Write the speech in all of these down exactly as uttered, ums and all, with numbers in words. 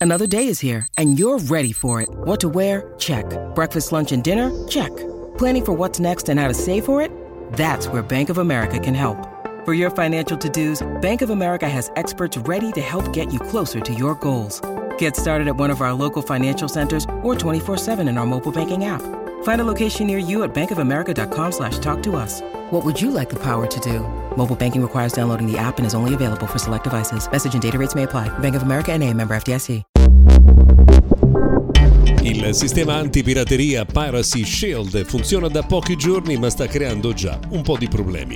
Another day is here, and you're ready for it. What to wear? Check. Breakfast, lunch, and dinner? Check. Planning for what's next and how to save for it? That's where Bank of America can help. For your financial to-dos, Bank of America has experts ready to help get you closer to your goals. Get started at one of our local financial centers or twenty-four seven in our mobile banking app. Find a location near you at bankofamerica.com slash talk to us. What would you like the power to do? Mobile banking requires downloading the app and is only available for select devices. Message and data rates may apply. Bank of America N A, member F D I C. Il sistema antipirateria Piracy Shield funziona da pochi giorni ma sta creando già un po' di problemi.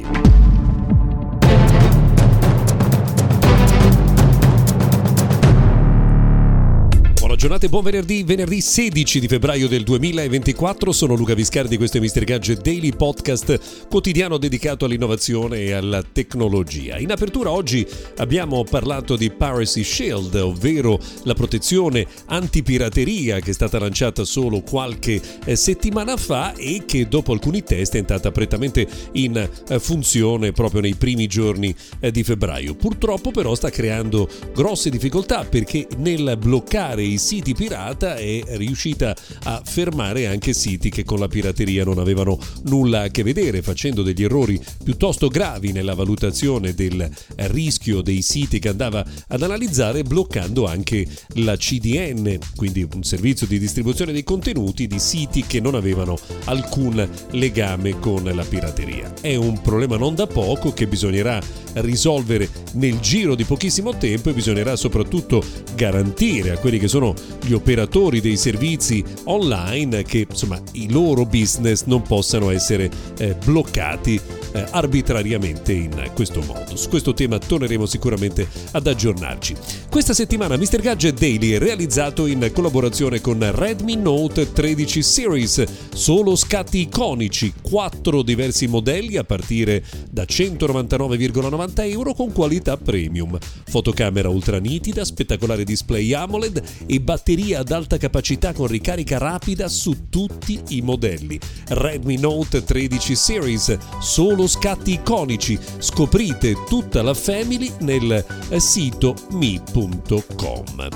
Giornate, buon venerdì, venerdì sedici di febbraio del duemilaventiquattro, sono Luca Viscardi, questo è mister Gadget Daily, podcast quotidiano dedicato all'innovazione e alla tecnologia. In apertura oggi abbiamo parlato di Piracy Shield, ovvero la protezione antipirateria che è stata lanciata solo qualche settimana fa e che dopo alcuni test è entrata prettamente in funzione proprio nei primi giorni di febbraio. Purtroppo però sta creando grosse difficoltà perché nel bloccare i siti pirata è riuscita a fermare anche siti che con la pirateria non avevano nulla a che vedere, facendo degli errori piuttosto gravi nella valutazione del rischio dei siti che andava ad analizzare, bloccando anche la C D N, quindi un servizio di distribuzione dei contenuti di siti che non avevano alcun legame con la pirateria. È un problema non da poco che bisognerà risolvere nel giro di pochissimo tempo e bisognerà soprattutto garantire a quelli che sono gli operatori dei servizi online che insomma i loro business non possano essere eh, bloccati eh, arbitrariamente in questo modo. Su questo tema torneremo sicuramente ad aggiornarci. Questa settimana mister Gadget Daily è realizzato in collaborazione con Redmi Note tredici Series, solo scatti iconici, quattro diversi modelli a partire da centonovantanove virgola novanta euro con qualità premium, fotocamera ultra nitida, spettacolare display AMOLED e batteria ad alta capacità con ricarica rapida su tutti i modelli. Redmi Note tredici Series, solo scatti iconici. Scoprite tutta la family nel sito mi punto com.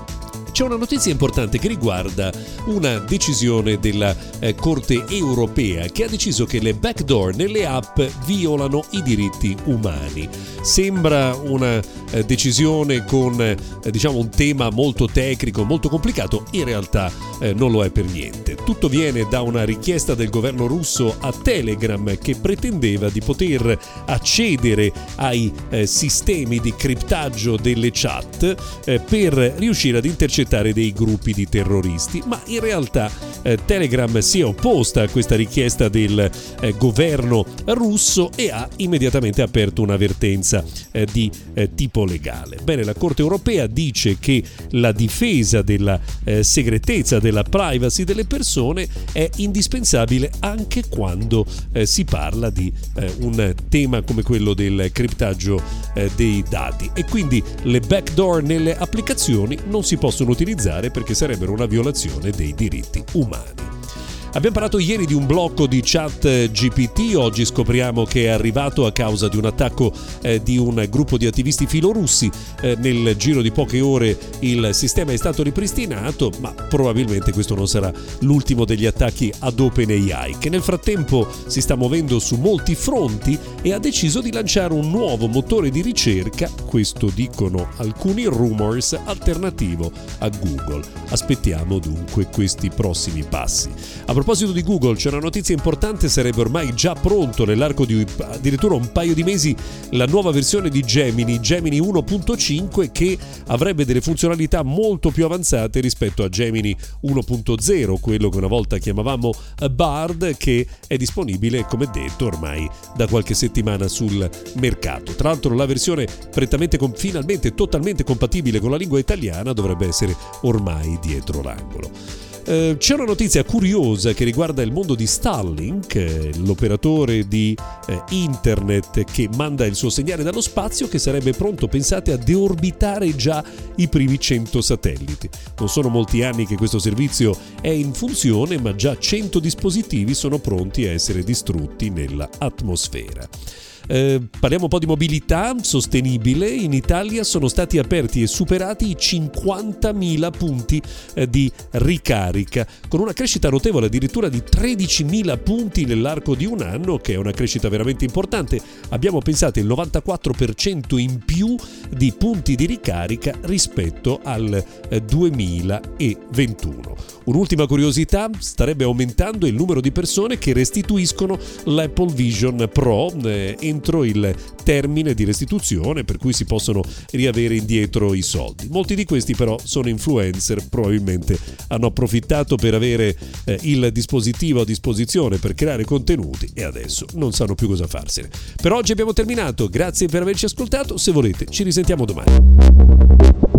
C'è una notizia importante che riguarda una decisione della eh, Corte europea che ha deciso che le backdoor nelle app violano i diritti umani. Sembra una eh, decisione con eh, diciamo un tema molto tecnico, molto complicato, in realtà eh, non lo è per niente. Tutto viene da una richiesta del governo russo a Telegram che pretendeva di poter accedere ai eh, sistemi di criptaggio delle chat eh, per riuscire ad intercettare dei gruppi di terroristi, ma in realtà eh, Telegram si è opposta a questa richiesta del eh, governo russo e ha immediatamente aperto un'avvertenza eh, di eh, tipo legale. Bene, la Corte europea dice che la difesa della eh, segretezza, della privacy delle persone è indispensabile anche quando eh, si parla di eh, un tema come quello del criptaggio eh, dei dati, e quindi le backdoor nelle applicazioni non si possono utilizzare perché sarebbero una violazione dei diritti umani. Abbiamo parlato ieri di un blocco di chat G P T, oggi scopriamo che è arrivato a causa di un attacco eh, di un gruppo di attivisti filorussi. Eh, nel giro di poche ore il sistema è stato ripristinato, ma probabilmente questo non sarà l'ultimo degli attacchi ad OpenAI, che nel frattempo si sta muovendo su molti fronti e ha deciso di lanciare un nuovo motore di ricerca, questo dicono alcuni rumors, alternativo a Google. Aspettiamo dunque questi prossimi passi. A proposito di Google, c'è una notizia importante: sarebbe ormai già pronto nell'arco di addirittura un paio di mesi la nuova versione di Gemini, Gemini uno punto cinque, che avrebbe delle funzionalità molto più avanzate rispetto a Gemini uno punto zero, quello che una volta chiamavamo Bard, che è disponibile, come detto, ormai da qualche settimana sul mercato. Tra l'altro la versione prettamente, finalmente totalmente compatibile con la lingua italiana dovrebbe essere ormai dietro l'angolo. Eh, c'è una notizia curiosa che riguarda il mondo di Starlink, eh, l'operatore di eh, internet che manda il suo segnale dallo spazio, che sarebbe pronto, pensate, a deorbitare già i primi cento satelliti. Non sono molti anni che questo servizio è in funzione, ma già cento dispositivi sono pronti a essere distrutti nella atmosfera. Eh, parliamo un po' di mobilità sostenibile. In Italia sono stati aperti e superati i cinquantamila punti eh, di ricarica, con una crescita notevole addirittura di tredicimila punti nell'arco di un anno, che è una crescita veramente importante. Abbiamo pensato il novantaquattro per cento in più di punti di ricarica rispetto al eh, duemilaventuno. Un'ultima curiosità: starebbe aumentando il numero di persone che restituiscono l'Apple Vision Pro eh, entro il termine di restituzione, per cui si possono riavere indietro i soldi. Molti di questi però sono influencer, probabilmente hanno approfittato per avere eh, il dispositivo a disposizione per creare contenuti e adesso non sanno più cosa farsene. Per oggi abbiamo terminato, grazie per averci ascoltato, se volete ci risentiamo domani.